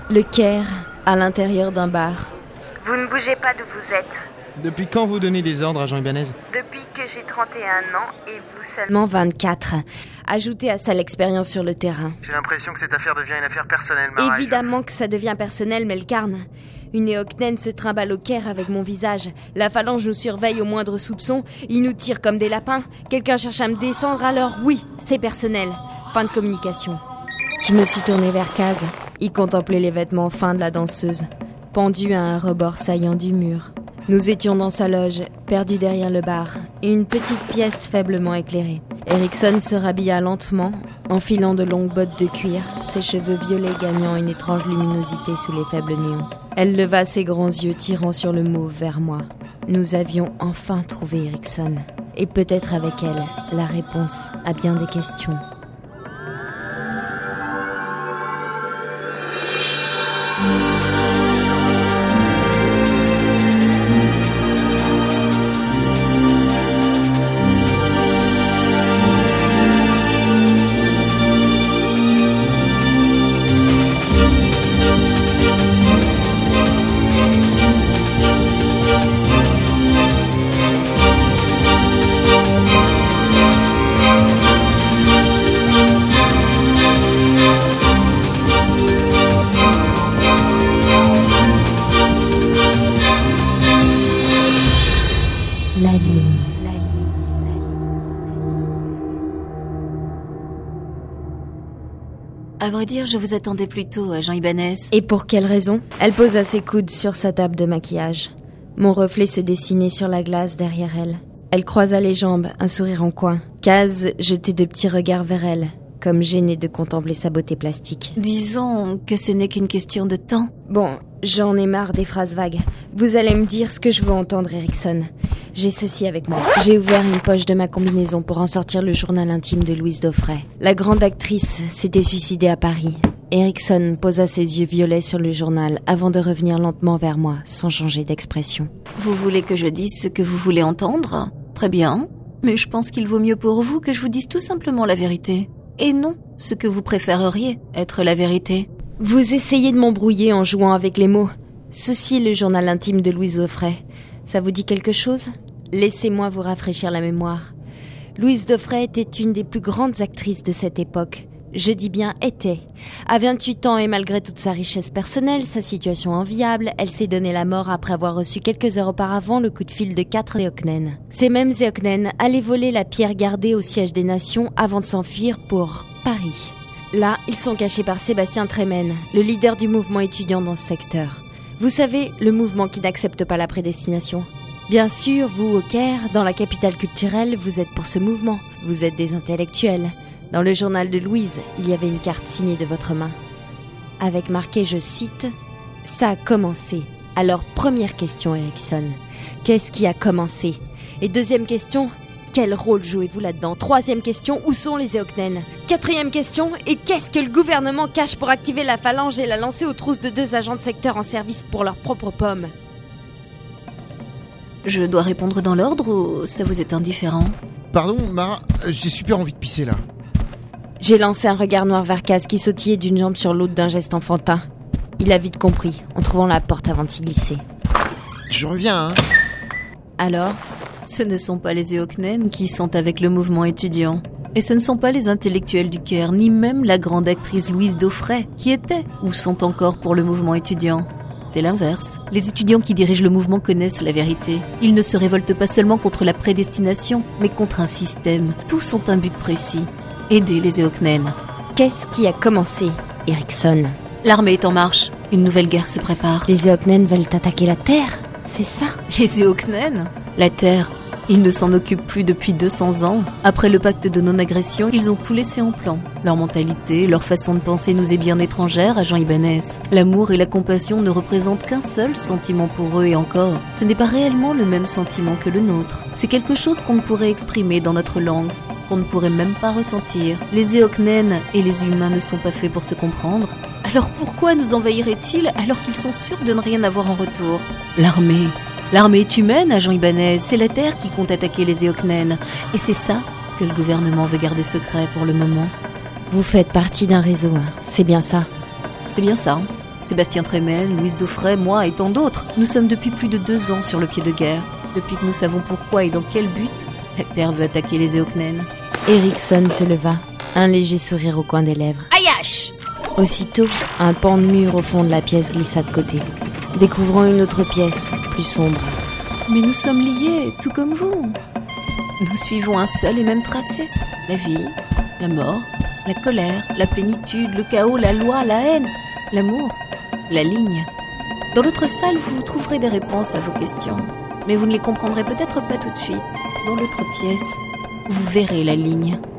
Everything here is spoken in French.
Le Caire, à l'intérieur d'un bar. Vous ne bougez pas d'où vous êtes. Depuis quand vous donnez des ordres, agent Ibanez ? Depuis que j'ai 31 ans et vous seulement 24. Ajoutez à ça l'expérience sur le terrain. J'ai l'impression que cette affaire devient une affaire personnelle, Mara. Évidemment que ça devient personnel, Melkarn. Une Éocnène se trimballe au Caire avec mon visage. La phalange nous surveille au moindre soupçon. Ils nous tirent comme des lapins. Quelqu'un cherche à me descendre, alors oui, c'est personnel. Fin de communication. Je me suis tournée vers Kaz. Il contemplait les vêtements fins de la danseuse, pendus à un rebord saillant du mur. Nous étions dans sa loge, perdus derrière le bar, une petite pièce faiblement éclairée. Erickson se rhabilla lentement, enfilant de longues bottes de cuir, ses cheveux violets gagnant une étrange luminosité sous les faibles néons. Elle leva ses grands yeux tirant sur le mauve vers moi. Nous avions enfin trouvé Erickson, et peut-être avec elle, la réponse à bien des questions. À vrai dire, je vous attendais plutôt, agent Ibanez. Et pour quelle raison ? Elle posa ses coudes sur sa table de maquillage. Mon reflet se dessinait sur la glace derrière elle. Elle croisa les jambes, un sourire en coin. Kaz jetait de petits regards vers elle, comme gênée de contempler sa beauté plastique. Disons que ce n'est qu'une question de temps. Bon, j'en ai marre des phrases vagues. Vous allez me dire ce que je veux entendre, Erickson. J'ai ceci avec moi. J'ai ouvert une poche de ma combinaison pour en sortir le journal intime de Louise Dauphren. La grande actrice s'était suicidée à Paris. Erickson posa ses yeux violets sur le journal avant de revenir lentement vers moi, sans changer d'expression. Vous voulez que je dise ce que vous voulez entendre ? Très bien. Mais je pense qu'il vaut mieux pour vous que je vous dise tout simplement la vérité. Et non ce que vous préféreriez être la vérité. Vous essayez de m'embrouiller en jouant avec les mots. Ceci est le journal intime de Louise Dauphren. Ça vous dit quelque chose ? Laissez-moi vous rafraîchir la mémoire. Louise Dauphren était une des plus grandes actrices de cette époque. Je dis bien était. À 28 ans et malgré toute sa richesse personnelle, sa situation enviable, elle s'est donné la mort après avoir reçu quelques heures auparavant le coup de fil de 4 Éocnènes. Ces mêmes Éocnènes allaient voler la pierre gardée au siège des Nations avant de s'enfuir pour Paris. Là, ils sont cachés par Sébastien Trémen, le leader du mouvement étudiant dans ce secteur. Vous savez, le mouvement qui n'accepte pas la prédestination. Bien sûr, vous, au Caire, dans la capitale culturelle, vous êtes pour ce mouvement. Vous êtes des intellectuels. Dans le journal de Louise, il y avait une carte signée de votre main. Avec marqué, je cite, « Ça a commencé ». Alors, première question, Erickson. Qu'est-ce qui a commencé ? Et deuxième question, quel rôle jouez-vous là-dedans ? Troisième question, où sont les Éocnènes ? Quatrième question, et qu'est-ce que le gouvernement cache pour activer la phalange et la lancer aux trousses de 2 agents de secteur en service pour leurs propres pommes ? Je dois répondre dans l'ordre ou ça vous est indifférent ? Pardon, Mara, j'ai super envie de pisser là. J'ai lancé un regard noir vers Kaz qui sautillait d'une jambe sur l'autre d'un geste enfantin. Il a vite compris, en trouvant la porte avant de s'y glisser. Je reviens, hein. Alors ? Ce ne sont pas les Éocnènes qui sont avec le mouvement étudiant. Et ce ne sont pas les intellectuels du Caire, ni même la grande actrice Louise Dauphren, qui était ou sont encore pour le mouvement étudiant. C'est l'inverse. Les étudiants qui dirigent le mouvement connaissent la vérité. Ils ne se révoltent pas seulement contre la prédestination, mais contre un système. Tous ont un but précis. Aider les Éocnènes. Qu'est-ce qui a commencé, Erickson ? L'armée est en marche. Une nouvelle guerre se prépare. Les Éocnènes veulent attaquer la Terre, c'est ça ? Les Éocnènes ? La Terre, ils ne s'en occupent plus depuis 200 ans. Après le pacte de non-agression, ils ont tout laissé en plan. Leur mentalité, leur façon de penser nous est bien étrangère, agent Ibanez. L'amour et la compassion ne représentent qu'un seul sentiment pour eux et encore. Ce n'est pas réellement le même sentiment que le nôtre. C'est quelque chose qu'on ne pourrait exprimer dans notre langue, qu'on ne pourrait même pas ressentir. Les Éocnènes et les humains ne sont pas faits pour se comprendre. Alors pourquoi nous envahiraient-ils alors qu'ils sont sûrs de ne rien avoir en retour ? L'armée est humaine, agent Ibanez. C'est la Terre qui compte attaquer les Éocnènes. Et c'est ça que le gouvernement veut garder secret pour le moment. Vous faites partie d'un réseau, hein. C'est bien ça ? C'est bien ça. Sébastien Trémel, Louise Daufray, moi et tant d'autres. Nous sommes depuis plus de 2 ans sur le pied de guerre. Depuis que nous savons pourquoi et dans quel but, la Terre veut attaquer les Éocnènes. Erickson se leva, un léger sourire au coin des lèvres. Ayache! Aussitôt, un pan de mur au fond de la pièce glissa de côté, découvrant une autre pièce, plus sombre. Mais nous sommes liés, tout comme vous. Nous suivons un seul et même tracé. La vie, la mort, la colère, la plénitude, le chaos, la loi, la haine, l'amour, la ligne. Dans l'autre salle, vous trouverez des réponses à vos questions. Mais vous ne les comprendrez peut-être pas tout de suite. Dans l'autre pièce, vous verrez la ligne.